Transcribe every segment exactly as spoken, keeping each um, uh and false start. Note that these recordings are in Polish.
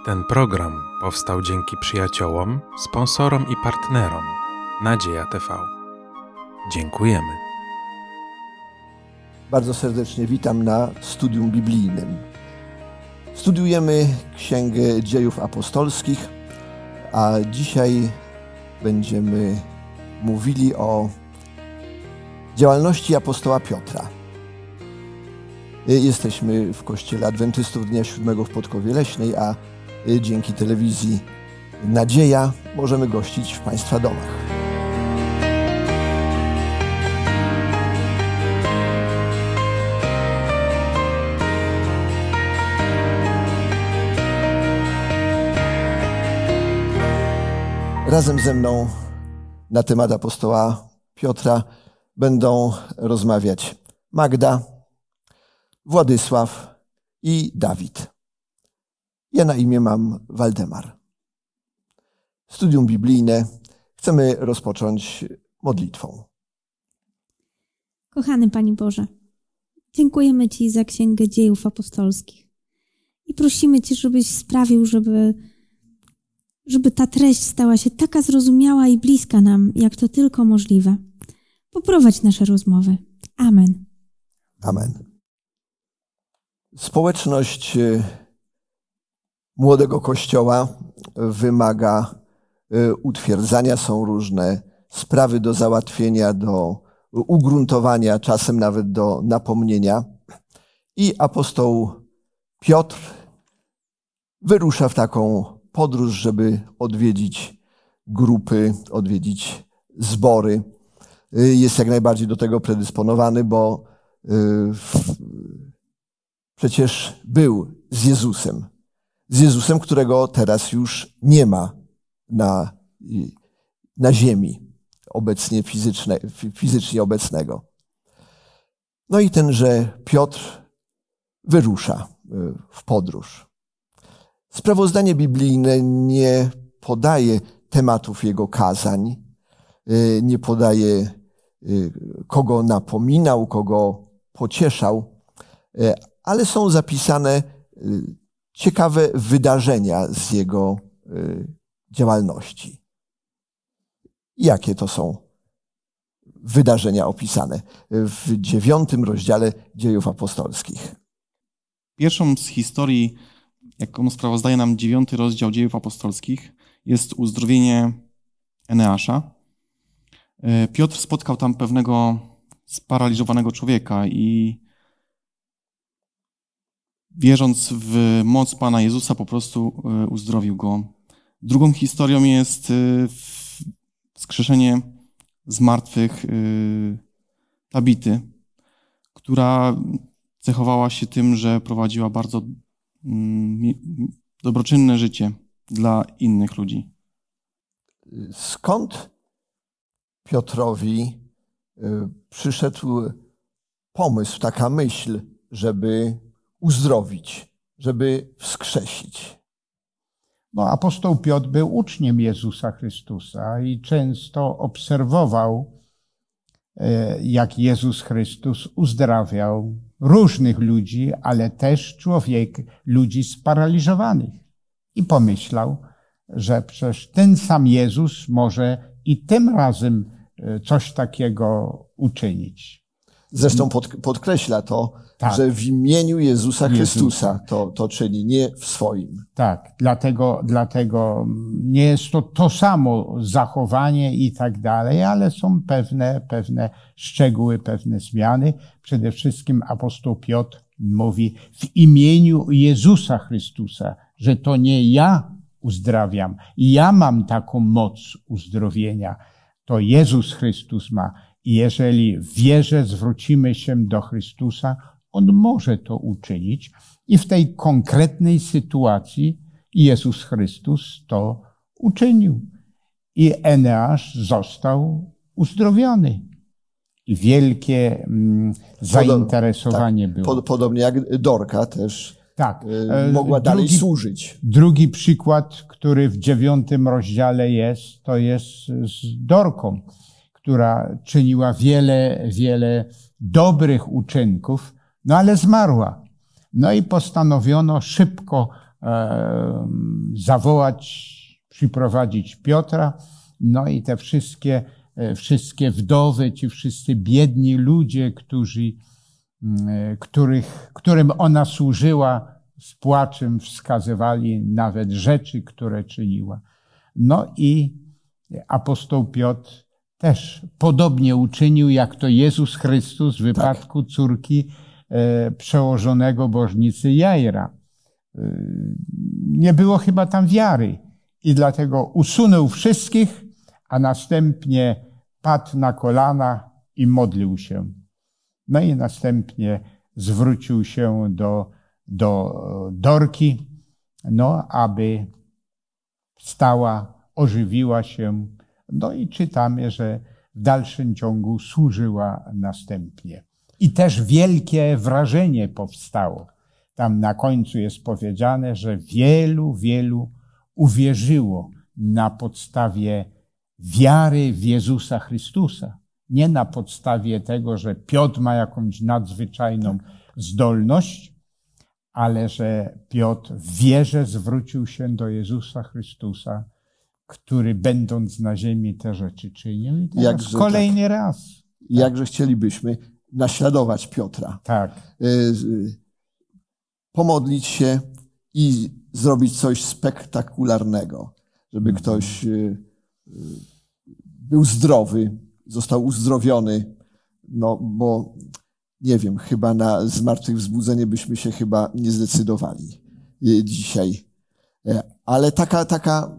Ten program powstał dzięki przyjaciołom, sponsorom i partnerom Nadzieja T V. Dziękujemy. Bardzo serdecznie witam na studium biblijnym. Studiujemy Księgę Dziejów Apostolskich, a dzisiaj będziemy mówili o działalności apostoła Piotra. Jesteśmy w Kościele Adwentystów Dnia Siódmego w Podkowie Leśnej, a dzięki telewizji Nadzieja możemy gościć w Państwa domach. Razem ze mną na temat apostoła Piotra będą rozmawiać Magda, Władysław i Dawid. Ja na imię mam Waldemar. Studium biblijne chcemy rozpocząć modlitwą. Kochany Panie Boże, dziękujemy Ci za Księgę Dziejów Apostolskich i prosimy Cię, żebyś sprawił, żeby, żeby ta treść stała się taka zrozumiała i bliska nam, jak to tylko możliwe. Poprowadź nasze rozmowy. Amen. Amen. Społeczność młodego Kościoła wymaga utwierdzania. Są różne sprawy do załatwienia, do ugruntowania, czasem nawet do napomnienia. I apostoł Piotr wyrusza w taką podróż, żeby odwiedzić grupy, odwiedzić zbory. Jest jak najbardziej do tego predysponowany, bo przecież był z Jezusem. Z Jezusem, którego teraz już nie ma na, na ziemi, obecnie fizyczne, fizycznie obecnego. No i tenże Piotr wyrusza w podróż. Sprawozdanie biblijne nie podaje tematów jego kazań, nie podaje, kogo napominał, kogo pocieszał, ale są zapisane ciekawe wydarzenia z jego działalności. Jakie to są wydarzenia opisane w dziewiątym rozdziale Dziejów Apostolskich? Pierwszą z historii, jaką sprawozdaje nam dziewiąty rozdział Dziejów Apostolskich, jest uzdrowienie Eneasza. Piotr spotkał tam pewnego sparaliżowanego człowieka i wierząc w moc Pana Jezusa, po prostu uzdrowił go. Drugą historią jest wskrzeszenie z martwych Tabity, która cechowała się tym, że prowadziła bardzo dobroczynne życie dla innych ludzi. Skąd Piotrowi przyszedł pomysł, taka myśl, żeby uzdrowić, żeby wskrzesić? No, apostoł Piotr był uczniem Jezusa Chrystusa i często obserwował, jak Jezus Chrystus uzdrawiał różnych ludzi, ale też człowiek, ludzi sparaliżowanych. I pomyślał, że przecież ten sam Jezus może i tym razem coś takiego uczynić. Zresztą pod, podkreśla to, tak, że w imieniu Jezusa Chrystusa Jezusa. To, to czyni, nie w swoim. Tak, dlatego, dlatego nie jest to to samo zachowanie i tak dalej, ale są pewne, pewne szczegóły, pewne zmiany. Przede wszystkim apostoł Piotr mówi w imieniu Jezusa Chrystusa, że to nie ja uzdrawiam, ja mam taką moc uzdrowienia, to Jezus Chrystus ma. I jeżeli w wierze zwrócimy się do Chrystusa, On może to uczynić. I w tej konkretnej sytuacji Jezus Chrystus to uczynił. I Eneasz został uzdrowiony. I wielkie mm, zainteresowanie Podob, tak, było. Podobnie jak Dorka też tak, y, mogła drugi, dalej służyć. Drugi przykład, który w dziewiątym rozdziale jest, to jest z Dorką, która czyniła wiele, wiele dobrych uczynków, no ale zmarła. No i postanowiono szybko e, zawołać, przyprowadzić Piotra. No i te wszystkie, e, wszystkie wdowy, ci wszyscy biedni ludzie, którzy, e, których, którym ona służyła, z płaczem wskazywali nawet rzeczy, które czyniła. No i apostoł Piotr też podobnie uczynił, jak to Jezus Chrystus w wypadku tak. córki e, przełożonego bożnicy Jaira. E, nie było chyba tam wiary i dlatego usunął wszystkich, a następnie padł na kolana i modlił się. No i następnie zwrócił się do, do Dorki, no aby wstała, ożywiła się. No i czytamy, że w dalszym ciągu służyła następnie. I też wielkie wrażenie powstało. Tam na końcu jest powiedziane, że wielu, wielu uwierzyło na podstawie wiary w Jezusa Chrystusa. Nie na podstawie tego, że Piotr ma jakąś nadzwyczajną zdolność, ale że Piotr w wierze zwrócił się do Jezusa Chrystusa, który będąc na ziemi te rzeczy czynił. I teraz Jakże kolejny tak. raz. Jakże tak. chcielibyśmy naśladować Piotra. Tak. Pomodlić się i zrobić coś spektakularnego, żeby mm. ktoś był zdrowy, został uzdrowiony, no bo nie wiem, chyba na zmartwychwzbudzenie byśmy się chyba nie zdecydowali dzisiaj. Ale taka, taka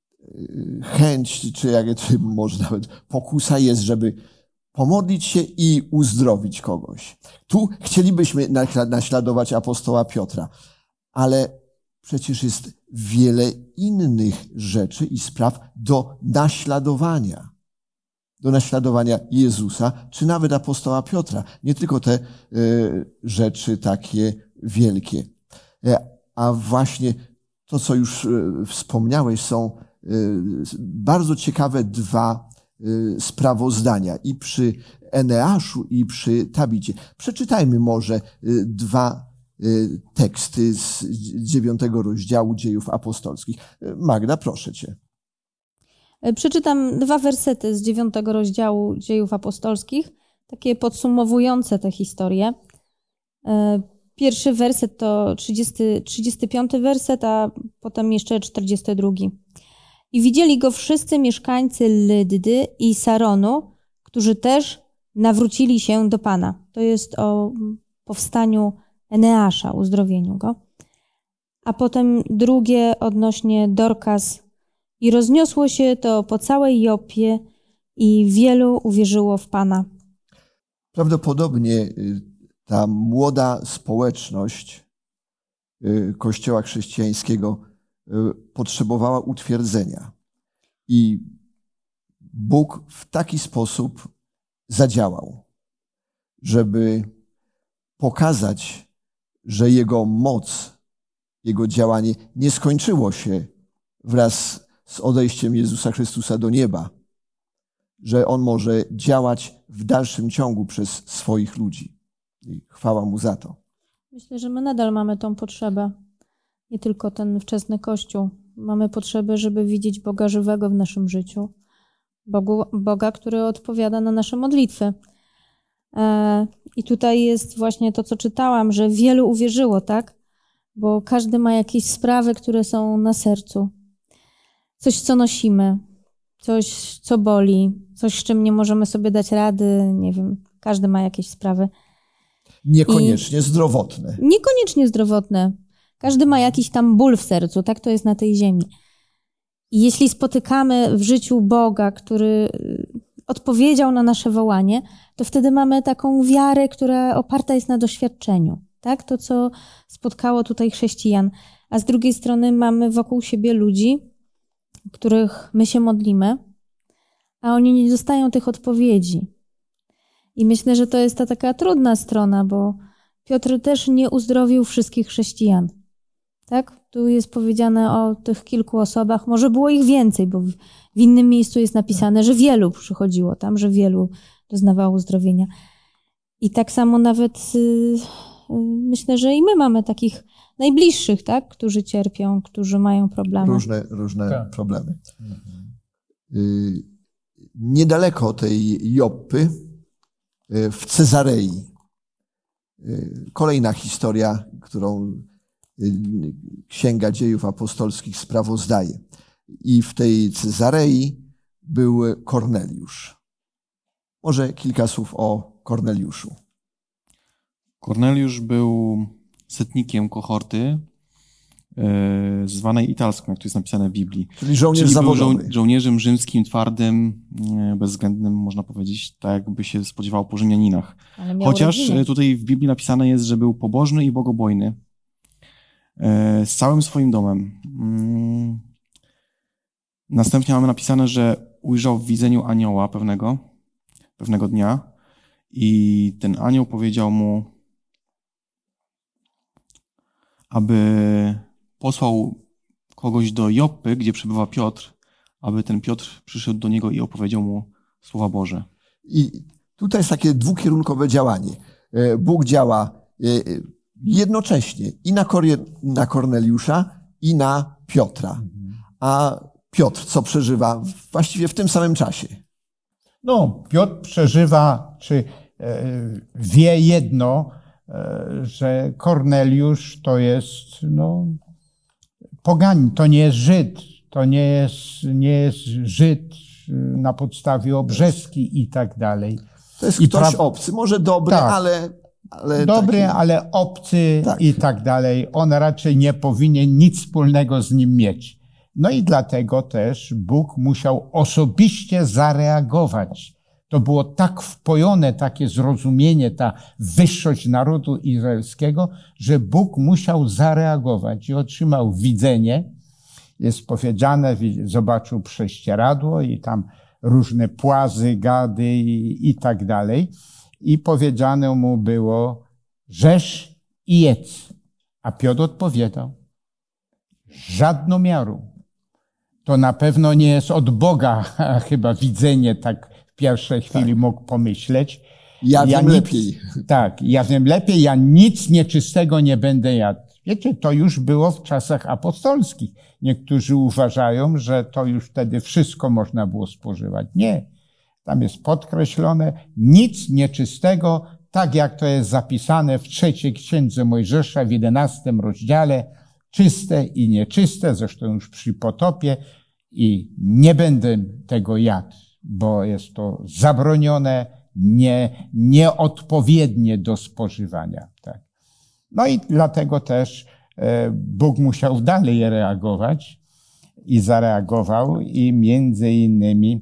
chęć, czy jak czy może nawet pokusa jest, żeby pomodlić się i uzdrowić kogoś. Tu chcielibyśmy naśladować apostoła Piotra, ale przecież jest wiele innych rzeczy i spraw do naśladowania. Do naśladowania Jezusa, czy nawet apostoła Piotra. Nie tylko te y, rzeczy takie wielkie. A właśnie to, co już y, wspomniałeś, są y, bardzo ciekawe dwa y, sprawozdania. I przy Eneaszu, i przy Tabicie. Przeczytajmy może y, dwa y, teksty z dziewiątego rozdziału Dziejów Apostolskich. Magda, proszę cię. Przeczytam dwa wersety z dziewiątego rozdziału Dziejów Apostolskich, takie podsumowujące tę historię. Pierwszy werset to trzydziesty, trzydziesty piąty werset, a potem jeszcze czterdziesty drugi. I widzieli go wszyscy mieszkańcy Lyddy i Saronu, którzy też nawrócili się do Pana. To jest o powstaniu Eneasza, uzdrowieniu go. A potem drugie odnośnie Dorkas. I rozniosło się to po całej Joppie i wielu uwierzyło w Pana. Prawdopodobnie ta młoda społeczność Kościoła chrześcijańskiego potrzebowała utwierdzenia. I Bóg w taki sposób zadziałał, żeby pokazać, że Jego moc, Jego działanie nie skończyło się wraz z odejściem Jezusa Chrystusa do nieba, że On może działać w dalszym ciągu przez swoich ludzi. I chwała Mu za to. Myślę, że my nadal mamy tą potrzebę. Nie tylko ten wczesny Kościół. Mamy potrzebę, żeby widzieć Boga żywego w naszym życiu. Bogu, Boga, który odpowiada na nasze modlitwy. E, I tutaj jest właśnie to, co czytałam, że wielu uwierzyło, tak? Bo każdy ma jakieś sprawy, które są na sercu. Coś, co nosimy, coś, co boli, coś, z czym nie możemy sobie dać rady, nie wiem, każdy ma jakieś sprawy. Niekoniecznie I zdrowotne. Niekoniecznie zdrowotne. Każdy ma jakiś tam ból w sercu, tak to jest na tej ziemi. I jeśli spotykamy w życiu Boga, który odpowiedział na nasze wołanie, to wtedy mamy taką wiarę, która oparta jest na doświadczeniu. Tak? To, co spotkało tutaj chrześcijan. A z drugiej strony mamy wokół siebie ludzi, których my się modlimy, a oni nie dostają tych odpowiedzi. I myślę, że to jest ta taka trudna strona, bo Piotr też nie uzdrowił wszystkich chrześcijan. Tak? Tu jest powiedziane o tych kilku osobach, może było ich więcej, bo w innym miejscu jest napisane, że wielu przychodziło tam, że wielu doznawało uzdrowienia. I tak samo nawet myślę, że i my mamy takich najbliższych, tak, którzy cierpią, którzy mają problemy. Różne, różne Tak. problemy. Y, Niedaleko tej Joppy, y, w Cezarei, y, kolejna historia, którą y, Księga Dziejów Apostolskich sprawozdaje. I w tej Cezarei był Korneliusz. Może kilka słów o Korneliuszu. Korneliusz był setnikiem kohorty e, zwanej italską, jak to jest napisane w Biblii. Czyli żołnierz Czyli był zawodowy. żo- żołnierzem rzymskim, twardym, e, bezwzględnym, można powiedzieć, tak jakby się spodziewało po Rzymianinach. Ale miał Chociaż rodzinę. e, tutaj w Biblii napisane jest, że był pobożny i bogobojny e, z całym swoim domem. Mm. Następnie mamy napisane, że ujrzał w widzeniu anioła pewnego, pewnego dnia i ten anioł powiedział mu, aby posłał kogoś do Joppy, gdzie przebywa Piotr, aby ten Piotr przyszedł do niego i opowiedział mu słowa Boże. I tutaj jest takie dwukierunkowe działanie. E, Bóg działa e, jednocześnie i na, Korie- na Korneliusza, i na Piotra. A Piotr co przeżywa właściwie w tym samym czasie? No, Piotr przeżywa, czy e, wie jedno, e, że Korneliusz to jest, no, poganin, to nie jest Żyd, to nie jest, nie jest Żyd na podstawie obrzeski i tak dalej. To jest I ktoś pra- obcy, może dobry, Tak. ale, ale Dobry, taki, ale obcy Tak. i tak dalej. On raczej nie powinien nic wspólnego z nim mieć. No i dlatego też Bóg musiał osobiście zareagować. To było tak wpojone, takie zrozumienie, ta wyższość narodu izraelskiego, że Bóg musiał zareagować i otrzymał widzenie. Jest powiedziane, zobaczył prześcieradło i tam różne płazy, gady i, i tak dalej. I powiedziane mu było, rzeź i jedz. A Piotr odpowiadał, żadną miarą. To na pewno nie jest od Boga, chyba widzenie, tak w pierwszej chwili mógł pomyśleć. ja wiem nic- lepiej. Tak, ja wiem lepiej, ja nic nieczystego nie będę jadł. Wiecie, to już było w czasach apostolskich. Niektórzy uważają, że to już wtedy wszystko można było spożywać. Nie. Tam jest podkreślone, nic nieczystego, tak jak to jest zapisane w trzeciej księdze Mojżesza w jedenastym rozdziale, czyste i nieczyste, zresztą już przy potopie, i nie będę tego jadł, bo jest to zabronione, nie, nieodpowiednie do spożywania. Tak. No i dlatego też e, Bóg musiał dalej reagować i zareagował i między innymi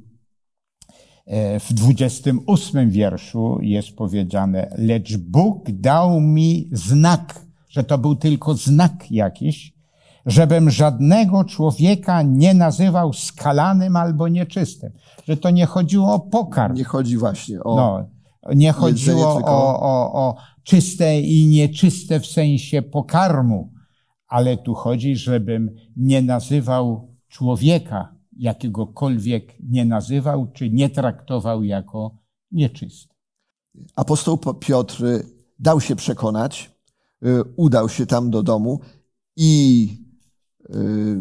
e, w dwudziestym ósmym wierszu jest powiedziane, lecz Bóg dał mi znak, że to był tylko znak jakiś, żebym żadnego człowieka nie nazywał skalanym albo nieczystym. Że to nie chodziło o pokarm. Nie chodzi właśnie o... No, nie chodziło jedzenie, tylko- o, o, o czyste i nieczyste w sensie pokarmu, ale tu chodzi, żebym nie nazywał człowieka, jakiegokolwiek nie nazywał, czy nie traktował jako nieczysty. Apostoł Piotr dał się przekonać, y, udał się tam do domu i y,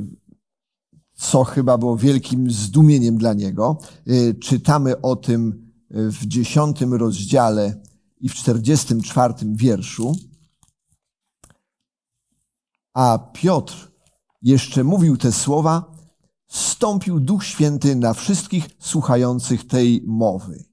co chyba było wielkim zdumieniem dla niego, y, czytamy o tym w dziesiątym rozdziale i w czterdziestym czwartym wierszu. A Piotr jeszcze mówił te słowa, zstąpił Duch Święty na wszystkich słuchających tej mowy.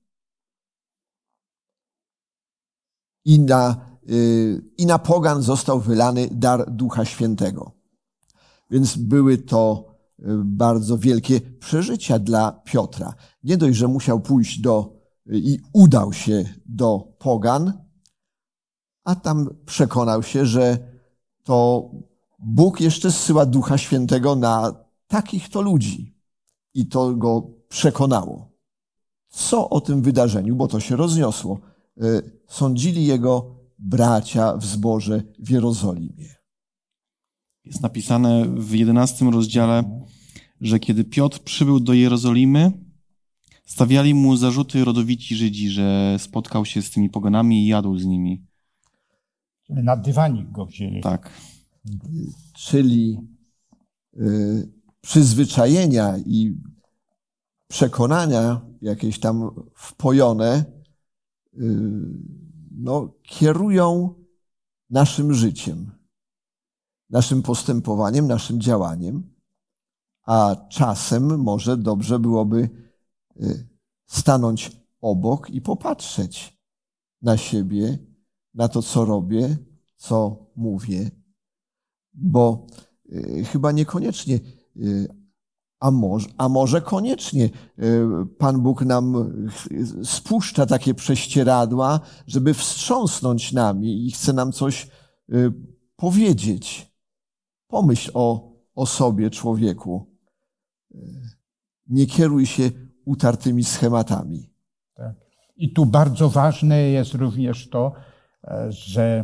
I na, yy, i na pogan został wylany dar Ducha Świętego. Więc były to yy, bardzo wielkie przeżycia dla Piotra. Nie dość, że musiał pójść do yy, i udał się do pogan, a tam przekonał się, że to Bóg jeszcze zsyła Ducha Świętego na takich to ludzi. I to go przekonało. Co o tym wydarzeniu, bo to się rozniosło, yy, sądzili jego bracia w zborze w Jerozolimie. Jest napisane w jedenastym rozdziale, że kiedy Piotr przybył do Jerozolimy, stawiali mu zarzuty rodowici Żydzi, że spotkał się z tymi poganami i jadł z nimi. Na dywanik go wzięli. Tak. Czyli y, przyzwyczajenia i przekonania jakieś tam wpojone y, no, kierują naszym życiem, naszym postępowaniem, naszym działaniem, a czasem może dobrze byłoby y, stanąć obok i popatrzeć na siebie, na to, co robię, co mówię, bo y, chyba niekoniecznie, y, a, może, a może koniecznie y, Pan Bóg nam y, spuszcza takie prześcieradła, żeby wstrząsnąć nami i chce nam coś y, powiedzieć. Pomyśl o, o sobie, człowieku. Y, nie kieruj się utartymi schematami. Tak. I tu bardzo ważne jest również to, że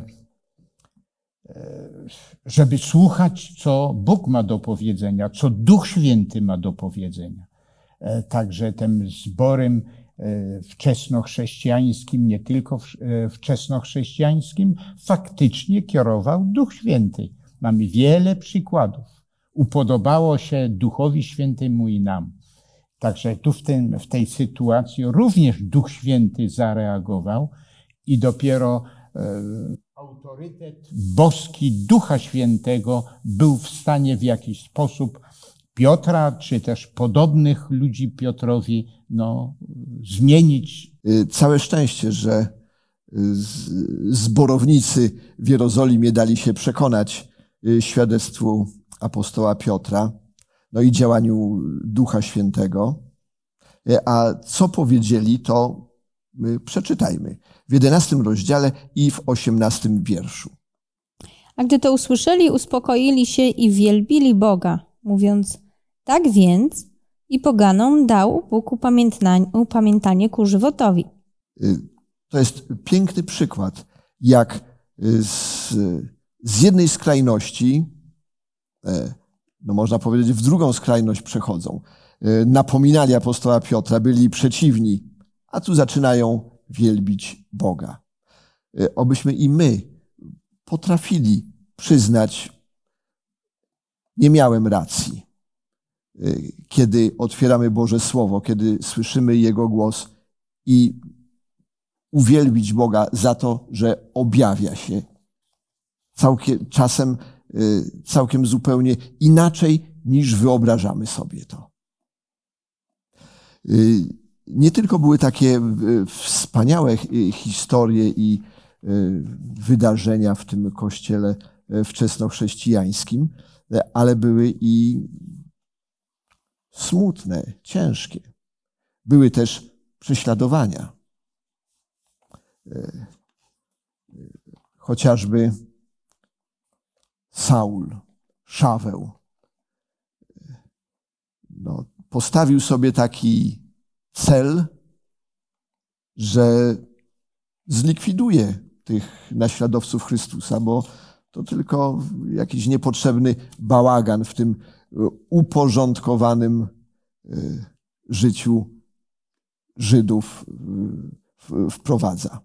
żeby słuchać, co Bóg ma do powiedzenia, co Duch Święty ma do powiedzenia. Także tym zborem wczesnochrześcijańskim, nie tylko wczesnochrześcijańskim, faktycznie kierował Duch Święty. Mamy wiele przykładów. Upodobało się Duchowi Świętemu i nam. Także tu w, tym, w tej sytuacji również Duch Święty zareagował i dopiero e, autorytet boski Ducha Świętego był w stanie w jakiś sposób Piotra, czy też podobnych ludzi Piotrowi, no, zmienić. Całe szczęście, że zborownicy w Jerozolimie dali się przekonać świadectwu apostoła Piotra, no i działaniu Ducha Świętego. A co powiedzieli, to przeczytajmy w jedenastym rozdziale i w osiemnastym wierszu. A gdy to usłyszeli, uspokoili się i wielbili Boga, mówiąc: tak więc i poganom dał Bóg upamiętanie ku żywotowi. To jest piękny przykład, jak z, z jednej skrajności, no można powiedzieć, w drugą skrajność przechodzą. Napominali apostoła Piotra, byli przeciwni, a tu zaczynają wielbić Boga. Obyśmy i my potrafili przyznać: nie miałem racji. Kiedy otwieramy Boże Słowo, kiedy słyszymy Jego głos, i uwielbić Boga za to, że objawia się całkiem, czasem całkiem zupełnie inaczej, niż wyobrażamy sobie to. Nie tylko były takie wspaniałe historie i wydarzenia w tym kościele wczesnochrześcijańskim, ale były i smutne, ciężkie. Były też prześladowania. Chociażby Saul, Szaweł, no, postawił sobie taki cel, że zlikwiduje tych naśladowców Chrystusa, bo to tylko jakiś niepotrzebny bałagan w tym uporządkowanym życiu Żydów wprowadza.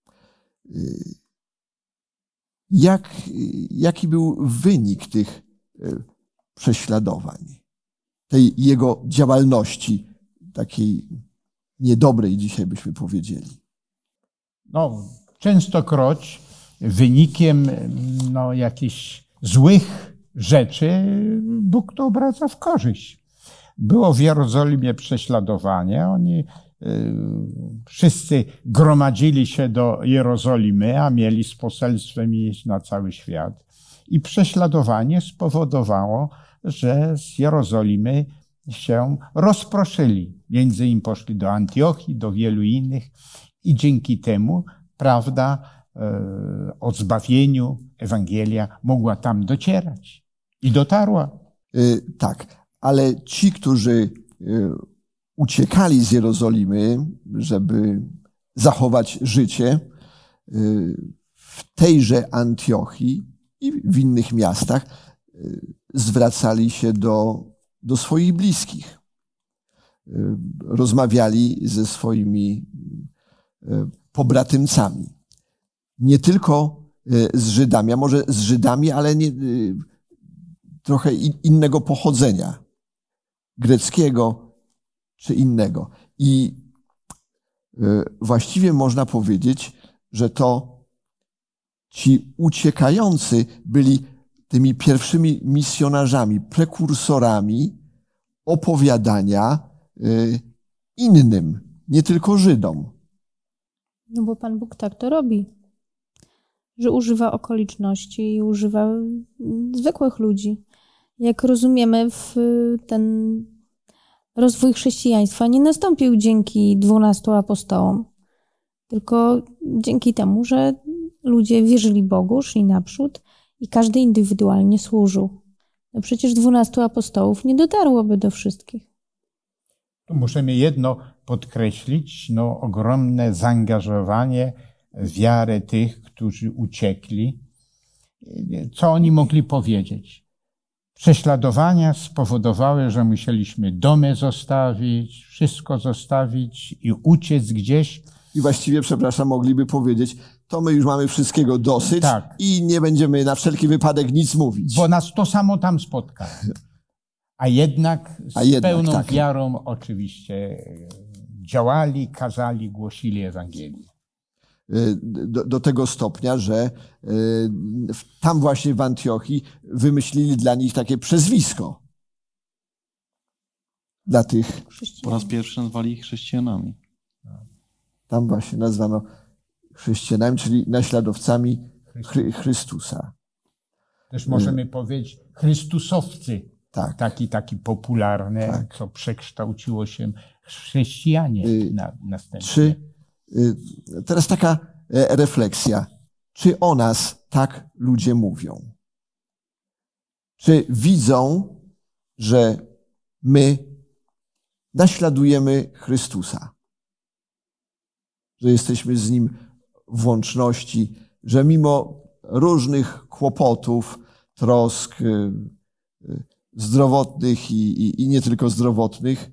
Jak, jaki był wynik tych prześladowań, tej jego działalności, takiej niedobrej, dzisiaj byśmy powiedzieli? No, częstokroć wynikiem no, jakichś złych rzeczy Bóg to obraca w korzyść. Było w Jerozolimie prześladowanie. Oni y, wszyscy gromadzili się do Jerozolimy, a mieli z poselstwem iść na cały świat. I prześladowanie spowodowało, że z Jerozolimy się rozproszyli. Między innymi poszli do Antiochii, do wielu innych. I dzięki temu prawda y, o zbawieniu, Ewangelia mogła tam docierać. I dotarła. Y, tak, ale ci, którzy y, uciekali z Jerozolimy, żeby zachować życie, y, w tejże Antiochii i w innych miastach y, zwracali się do, do swoich bliskich. Y, rozmawiali ze swoimi y, pobratymcami. Nie tylko z Żydami, a może z Żydami, ale nie, trochę innego pochodzenia, greckiego czy innego. I właściwie można powiedzieć, że to ci uciekający byli tymi pierwszymi misjonarzami, prekursorami opowiadania innym, nie tylko Żydom. No bo Pan Bóg tak to robi, że używa okoliczności i używa zwykłych ludzi. Jak rozumiemy, w ten rozwój chrześcijaństwa nie nastąpił dzięki dwunastu apostołom, tylko dzięki temu, że ludzie wierzyli Bogu, szli naprzód i każdy indywidualnie służył. No przecież dwunastu apostołów nie dotarłoby do wszystkich. Tu musimy jedno podkreślić, no ogromne zaangażowanie, wiarę tych, którzy uciekli. Co oni mogli powiedzieć? Prześladowania spowodowały, że musieliśmy domy zostawić, wszystko zostawić i uciec gdzieś. I właściwie, przepraszam, mogliby powiedzieć, to my już mamy wszystkiego dosyć tak. i nie będziemy na wszelki wypadek nic mówić. Bo nas to samo tam spotka. A jednak z A jednak, pełną tak. wiarą oczywiście działali, kazali, głosili Ewangelię. Do, do tego stopnia, że tam właśnie w Antiochii wymyślili dla nich takie przezwisko. Dla tych... Po raz pierwszy nazwali ich chrześcijanami. Tam właśnie nazwano chrześcijanami, czyli naśladowcami Chry, Chrystusa. Też możemy powiedzieć Chrystusowcy. Tak. Taki, taki popularny, tak. co przekształciło się chrześcijanie na, następnie. Czy teraz taka refleksja. Czy o nas tak ludzie mówią? Czy widzą, że my naśladujemy Chrystusa? Że jesteśmy z Nim w łączności, że mimo różnych kłopotów, trosk zdrowotnych i, i, i nie tylko zdrowotnych,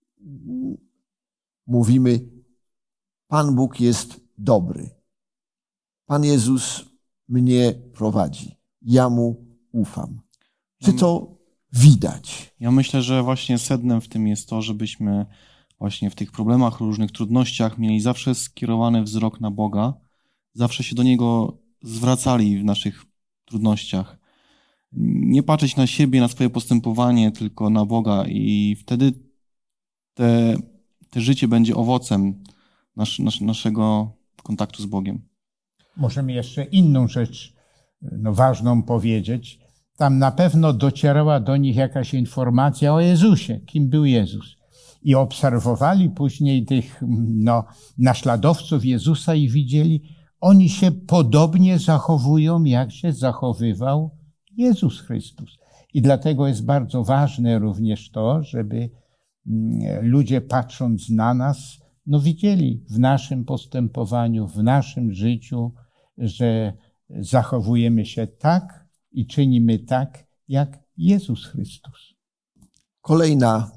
mówimy: Pan Bóg jest dobry. Pan Jezus mnie prowadzi. Ja Mu ufam. Czy to widać? Ja myślę, że właśnie sednem w tym jest to, żebyśmy właśnie w tych problemach, różnych trudnościach mieli zawsze skierowany wzrok na Boga, zawsze się do Niego zwracali w naszych trudnościach. Nie patrzeć na siebie, na swoje postępowanie, tylko na Boga i wtedy te, te życie będzie owocem nasz, nasz, naszego kontaktu z Bogiem. Możemy jeszcze inną rzecz no, ważną powiedzieć. Tam na pewno docierała do nich jakaś informacja o Jezusie, kim był Jezus. I obserwowali później tych no, naśladowców Jezusa i widzieli, oni się podobnie zachowują, jak się zachowywał Jezus Chrystus. I dlatego jest bardzo ważne również to, żeby ludzie, patrząc na nas, no widzieli w naszym postępowaniu, w naszym życiu, że zachowujemy się tak i czynimy tak, jak Jezus Chrystus. Kolejna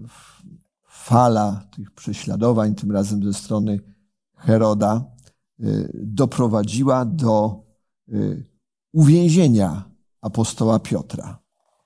fala tych prześladowań, tym razem ze strony Heroda, doprowadziła do uwięzienia apostoła Piotra.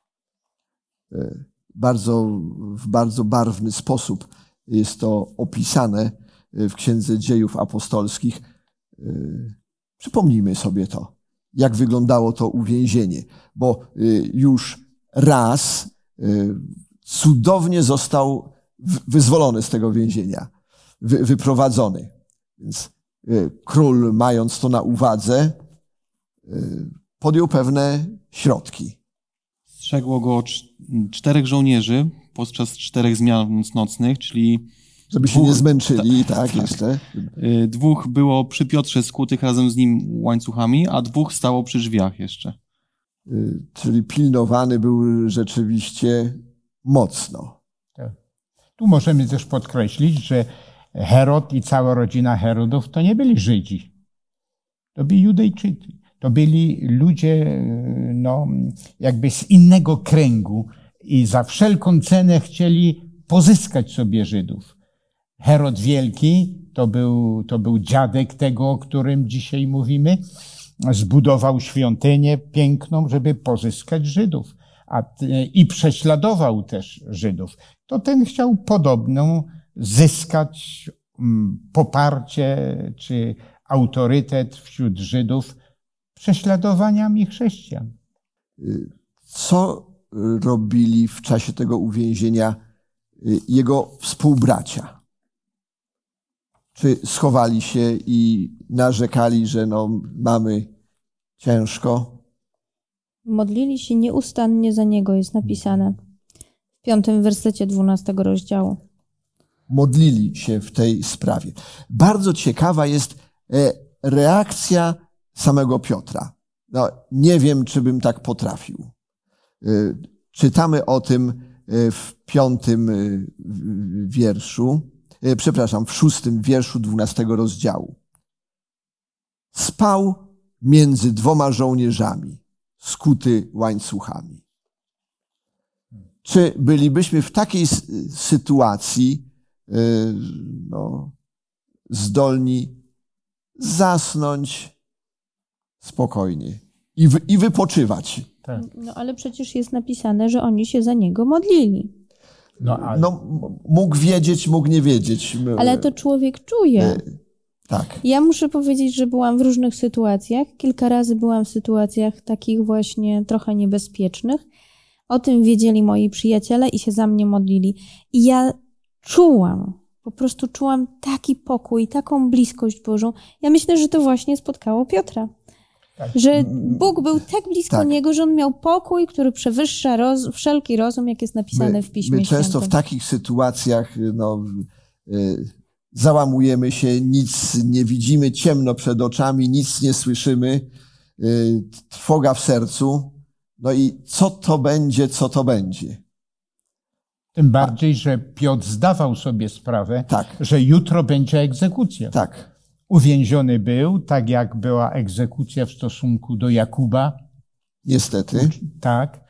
Bardzo, w bardzo barwny sposób jest to opisane w Księdze Dziejów Apostolskich. Przypomnijmy sobie to, jak wyglądało to uwięzienie, bo już raz cudownie został wyzwolony z tego więzienia, wyprowadzony. Więc król, mając to na uwadze, podjął pewne środki. Strzegło go czterech żołnierzy podczas czterech zmian nocnych, czyli... Żeby się dwóch, nie zmęczyli, tak, tak, tak jeszcze. Dwóch było przy Piotrze skutych razem z nim łańcuchami, a dwóch stało przy drzwiach jeszcze. Czyli pilnowany był rzeczywiście mocno. Tak. Tu możemy też podkreślić, że Herod i cała rodzina Herodów to nie byli Żydzi. To byli Judejczycy. To byli ludzie no, jakby z innego kręgu i za wszelką cenę chcieli pozyskać sobie Żydów. Herod Wielki to był, to był dziadek tego, o którym dzisiaj mówimy. zbudował świątynię piękną, żeby pozyskać Żydów, a, i prześladował też Żydów. To ten chciał podobną zyskać poparcie czy autorytet wśród Żydów prześladowaniami chrześcijan. Co robili w czasie tego uwięzienia jego współbracia? Czy schowali się i narzekali, że no, mamy ciężko? Modlili się nieustannie za niego, jest napisane w piątym wersecie dwunastego rozdziału. Modlili się w tej sprawie. Bardzo ciekawa jest reakcja samego Piotra. No, nie wiem, czy bym tak potrafił. Czytamy o tym w piątym wierszu, przepraszam, w szóstym wierszu dwunastego rozdziału. Spał między dwoma żołnierzami, skuty łańcuchami. Czy bylibyśmy w takiej sytuacji no, zdolni zasnąć spokojnie i, wy, i wypoczywać? Tak. No ale przecież jest napisane, że oni się za niego modlili. No, ale... no mógł wiedzieć, mógł nie wiedzieć. Ale to człowiek czuje. Tak. Ja muszę powiedzieć, że byłam w różnych sytuacjach. Kilka razy byłam w sytuacjach takich właśnie trochę niebezpiecznych. O tym wiedzieli moi przyjaciele i się za mnie modlili. I ja czułam, po prostu czułam taki pokój, taką bliskość Bożą. Ja myślę, że to właśnie spotkało Piotra. Tak. Że Bóg był tak blisko tak. niego, że on miał pokój, który przewyższa roz, wszelki rozum, jak jest napisane my, w Piśmie My często Świętym. w takich sytuacjach no, y, załamujemy się, nic nie widzimy, ciemno przed oczami, nic nie słyszymy, y, trwoga w sercu. No i co to będzie, co to będzie? Tym bardziej, że Piotr zdawał sobie sprawę, tak. że jutro będzie egzekucja. Tak. Uwięziony był, tak jak była egzekucja w stosunku do Jakuba. Niestety. Tak,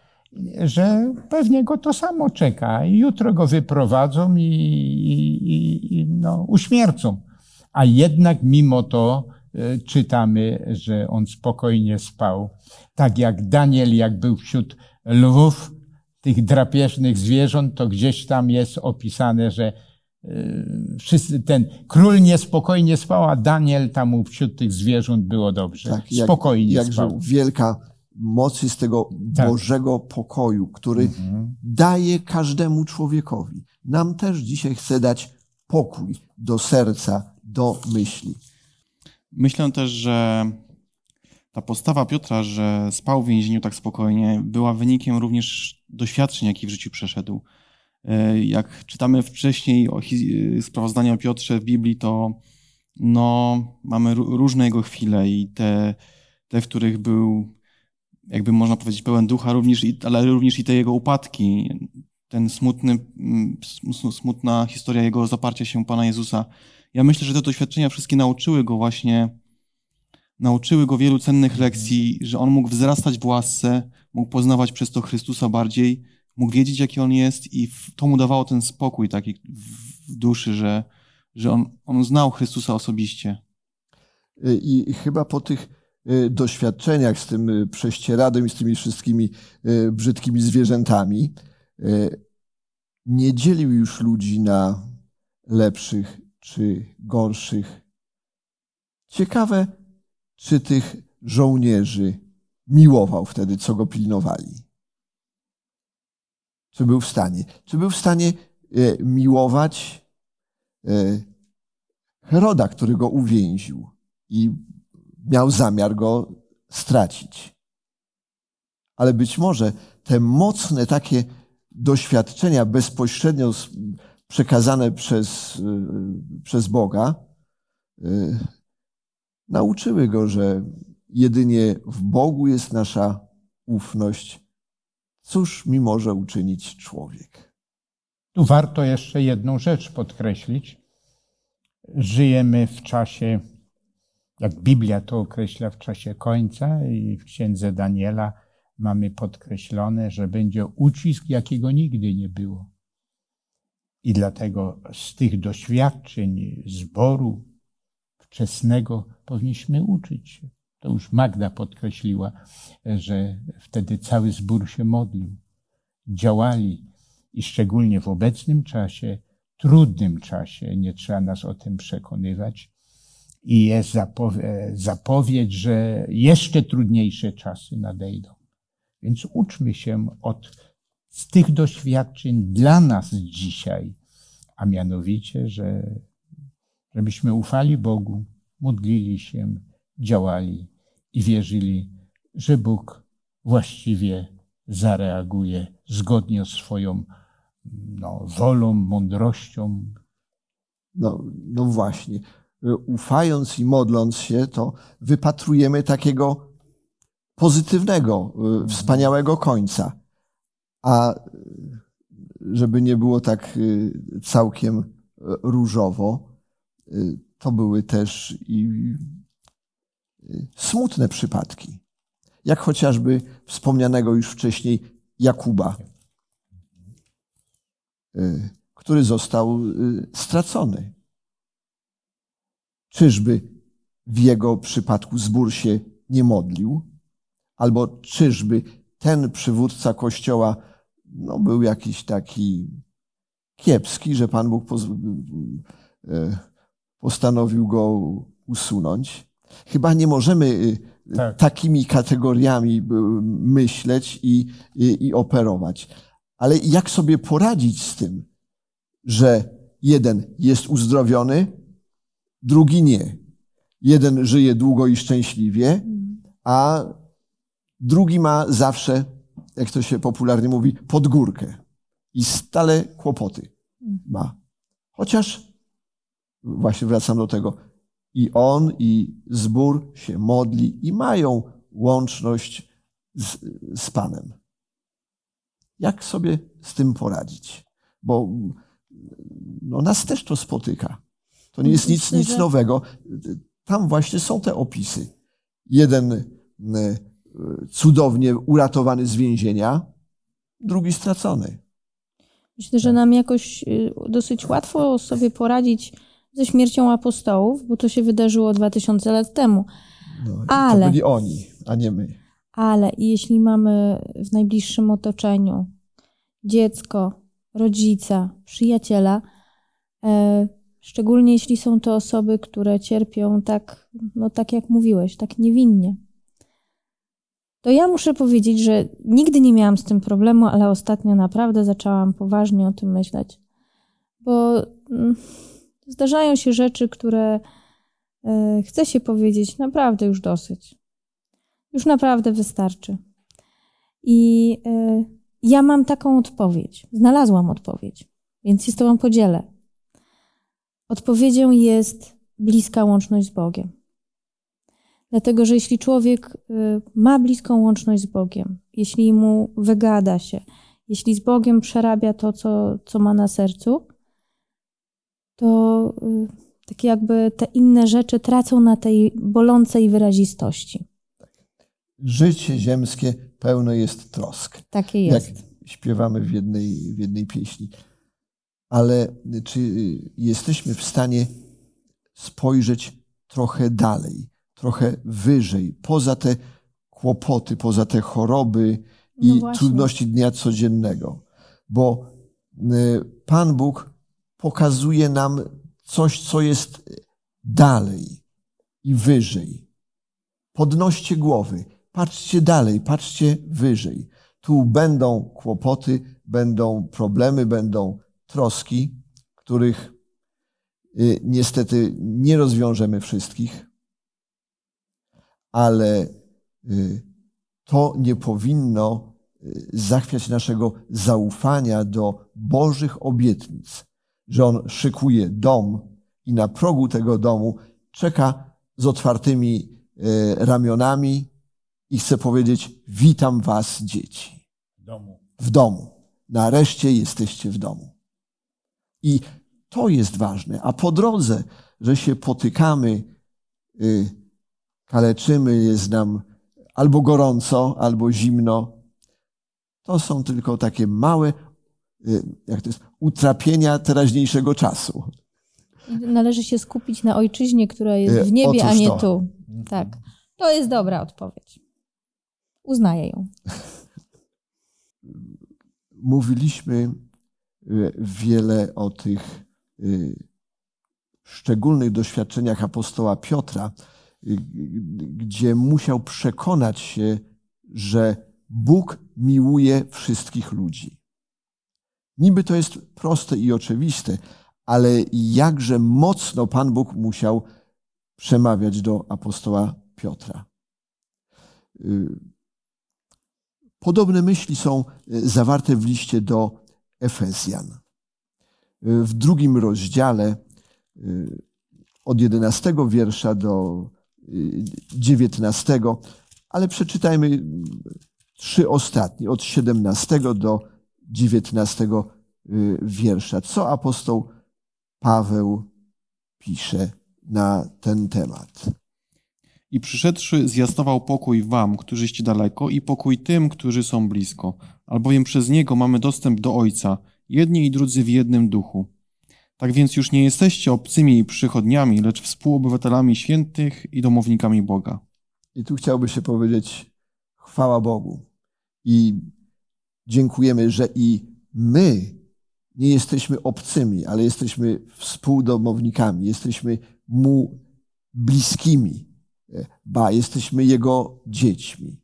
że pewnie go to samo czeka. Jutro go wyprowadzą i, i, i no, uśmiercą. A jednak mimo to y, czytamy, że on spokojnie spał. Tak jak Daniel, jak był wśród lwów, tych drapieżnych zwierząt, to gdzieś tam jest opisane, że wszyscy, ten król niespokojnie spał, a Daniel tam wśród tych zwierząt było dobrze. Tak, spokojnie jak, spał. Jakże wielka moc jest tego tak. Bożego pokoju, który mhm. daje każdemu człowiekowi. Nam też dzisiaj chce dać pokój do serca, do myśli. Myślę też, że ta postawa Piotra, że spał w więzieniu tak spokojnie, była wynikiem również doświadczeń, jakie w życiu przeszedł. Jak czytamy wcześniej o sprawozdania o Piotrze w Biblii, to no, mamy różne jego chwile i te, te, w których był, jakby można powiedzieć, pełen ducha, również, ale również i te jego upadki. Ten smutny, smutna historia jego zaparcia się Pana Jezusa. Ja myślę, że te doświadczenia wszystkie nauczyły go właśnie, nauczyły go wielu cennych lekcji, że on mógł wzrastać w łasce, mógł poznawać przez to Chrystusa bardziej, mógł wiedzieć, jaki on jest i to mu dawało ten spokój taki w duszy, że, że on, on znał Chrystusa osobiście. I chyba po tych doświadczeniach z tym prześcieradem i z tymi wszystkimi brzydkimi zwierzętami nie dzielił już ludzi na lepszych czy gorszych. Ciekawe, czy tych żołnierzy miłował wtedy, co go pilnowali. Czy był w stanie? Czy był w stanie e, miłować e, Heroda, który go uwięził i miał zamiar go stracić? Ale być może te mocne takie doświadczenia bezpośrednio przekazane przez, e, przez Boga e, nauczyły go, że jedynie w Bogu jest nasza ufność. Cóż mi może uczynić człowiek? Tu warto jeszcze jedną rzecz podkreślić. Żyjemy w czasie, jak Biblia to określa, w czasie końca i w księdze Daniela mamy podkreślone, że będzie ucisk, jakiego nigdy nie było. I dlatego z tych doświadczeń zboru wczesnego powinniśmy uczyć się. To już Magda podkreśliła, że wtedy cały zbór się modlił. Działali i szczególnie w obecnym czasie, trudnym czasie, nie trzeba nas o tym przekonywać. I jest zapowiedź, że jeszcze trudniejsze czasy nadejdą. Więc uczmy się od z tych doświadczeń dla nas dzisiaj, a mianowicie, że żebyśmy ufali Bogu, modlili się, działali i wierzyli, że Bóg właściwie zareaguje zgodnie z swoją no, wolą, mądrością. No, no właśnie. Ufając i modląc się, to wypatrujemy takiego pozytywnego, wspaniałego końca. A żeby nie było tak całkiem różowo, to były też i smutne przypadki. Jak chociażby wspomnianego już wcześniej Jakuba, który został stracony. Czyżby w jego przypadku zbór się nie modlił? Albo czyżby ten przywódca Kościoła no, był jakiś taki kiepski, że Pan Bóg postanowił go usunąć? Chyba nie możemy tak. takimi kategoriami myśleć i, i, i operować. Ale jak sobie poradzić z tym, że jeden jest uzdrowiony, drugi nie. Jeden żyje długo i szczęśliwie, a drugi ma zawsze, jak to się popularnie mówi, pod górkę i stale kłopoty ma. Chociaż, właśnie wracam do tego, i on, i zbór się modli i mają łączność z, z Panem. Jak sobie z tym poradzić? Bo no, nas też to spotyka. To nie jest nic, nic nowego. Tam właśnie są te opisy. Jeden cudownie uratowany z więzienia, drugi stracony. Myślę, że nam jakoś dosyć łatwo sobie poradzić ze śmiercią apostołów, bo to się wydarzyło dwa tysiące lat temu. No, ale, to byli oni, a nie my. Ale jeśli mamy w najbliższym otoczeniu dziecko, rodzica, przyjaciela, e, szczególnie jeśli są to osoby, które cierpią tak, no tak jak mówiłeś, tak niewinnie, to ja muszę powiedzieć, że nigdy nie miałam z tym problemu, ale ostatnio naprawdę zaczęłam poważnie o tym myśleć. Bo mm, zdarzają się rzeczy, które e, chce się powiedzieć naprawdę już dosyć. Już naprawdę wystarczy. I e, ja mam taką odpowiedź. Znalazłam odpowiedź, więc się z tobą podzielę. Odpowiedzią jest bliska łączność z Bogiem. Dlatego, że jeśli człowiek ma bliską łączność z Bogiem, jeśli mu wygada się, jeśli z Bogiem przerabia to, co, co ma na sercu, to tak jakby te inne rzeczy tracą na tej bolącej wyrazistości. Życie ziemskie pełne jest trosk. Takie jest. Jak śpiewamy w jednej, w jednej pieśni. Ale czy jesteśmy w stanie spojrzeć trochę dalej, trochę wyżej, poza te kłopoty, poza te choroby i no trudności dnia codziennego? Bo Pan Bóg pokazuje nam coś, co jest dalej i wyżej. Podnoście głowy, patrzcie dalej, patrzcie wyżej. Tu będą kłopoty, będą problemy, będą troski, których y, niestety nie rozwiążemy wszystkich, ale y, to nie powinno y, zachwiać naszego zaufania do Bożych obietnic, że On szykuje dom i na progu tego domu czeka z otwartymi y, ramionami i chce powiedzieć: witam was, dzieci. W domu. W domu. Nareszcie jesteście w domu. I to jest ważne. A po drodze, że się potykamy, y, kaleczymy, jest nam albo gorąco, albo zimno, to są tylko takie małe, y, jak to jest, utrapienia teraźniejszego czasu. Należy się skupić na ojczyźnie, która jest w niebie, Otóż a nie to. tu. Tak. To jest dobra odpowiedź. Uznaję ją. Mówiliśmy wiele o tych szczególnych doświadczeniach apostoła Piotra, gdzie musiał przekonać się, że Bóg miłuje wszystkich ludzi. Niby to jest proste i oczywiste, ale jakże mocno Pan Bóg musiał przemawiać do apostoła Piotra. Podobne myśli są zawarte w liście do Efezjan. W drugim rozdziale od jedenastego wiersza do dziewiętnastego, ale przeczytajmy trzy ostatnie, od siedemnastego do dziewiętnastego wiersza. Co apostoł Paweł pisze na ten temat? I przyszedłszy zwiastował pokój wam, którzyście daleko, i pokój tym, którzy są blisko. Albowiem przez Niego mamy dostęp do Ojca, jedni i drudzy w jednym duchu. Tak więc już nie jesteście obcymi i przychodniami, lecz współobywatelami świętych i domownikami Boga. I tu chciałby się powiedzieć chwała Bogu. I dziękujemy, że i my nie jesteśmy obcymi, ale jesteśmy współdomownikami, jesteśmy Mu bliskimi, ba, jesteśmy Jego dziećmi.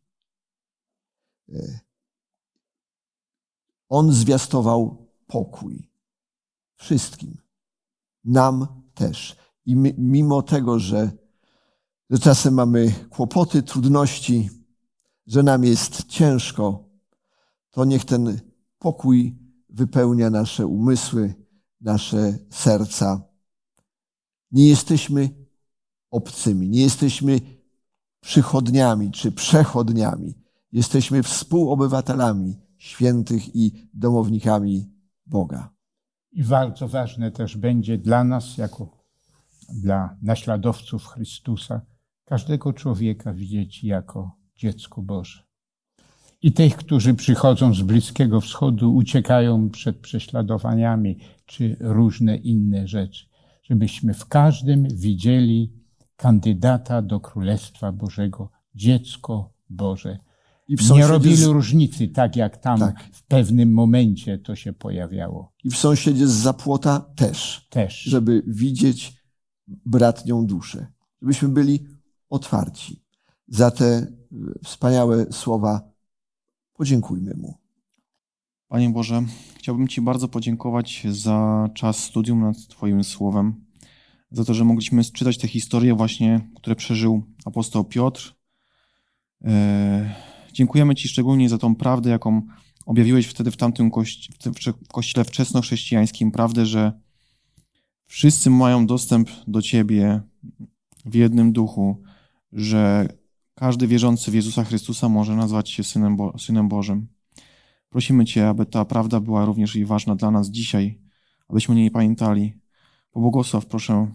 On zwiastował pokój wszystkim, nam też. I my, mimo tego, że, że czasem mamy kłopoty, trudności, że nam jest ciężko, to niech ten pokój wypełnia nasze umysły, nasze serca. Nie jesteśmy obcymi, nie jesteśmy przychodniami czy przechodniami. Jesteśmy współobywatelami świętych i domownikami Boga. I bardzo ważne też będzie dla nas, jako dla naśladowców Chrystusa, każdego człowieka widzieć jako dziecko Boże. I tych, którzy przychodzą z Bliskiego Wschodu, uciekają przed prześladowaniami czy różne inne rzeczy. Żebyśmy w każdym widzieli kandydata do Królestwa Bożego, dziecko Boże. I w nie robili z... różnicy, tak jak tam tak. w pewnym momencie to się pojawiało. I w sąsiedzie z płota też. Też. Żeby widzieć bratnią duszę. Żebyśmy byli otwarci. Za te wspaniałe słowa podziękujmy Mu. Panie Boże, chciałbym Ci bardzo podziękować za czas studium nad Twoim Słowem, za to, że mogliśmy czytać te historie właśnie, które przeżył apostoł Piotr. Dziękujemy Ci szczególnie za tą prawdę, jaką objawiłeś wtedy w tamtym kości- w kościele wczesnochrześcijańskim, prawdę, że wszyscy mają dostęp do Ciebie w jednym duchu, że każdy wierzący w Jezusa Chrystusa może nazwać się Synem, Bo- Synem Bożym. Prosimy Cię, aby ta prawda była również i ważna dla nas dzisiaj, abyśmy jej pamiętali. Pobłogosław, proszę,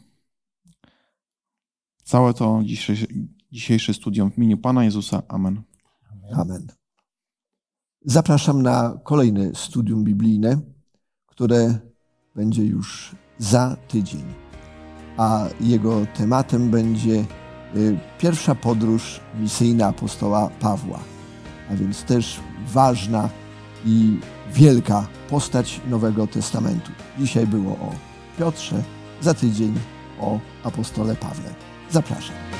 całe to dzisiejsze, dzisiejsze studium w imieniu Pana Jezusa. Amen. Amen. Zapraszam na kolejne studium biblijne, które będzie już za tydzień, a jego tematem będzie pierwsza podróż misyjna apostoła Pawła, a więc też ważna i wielka postać Nowego Testamentu. Dzisiaj było o Piotrze, za tydzień o apostole Pawle. Zapraszam.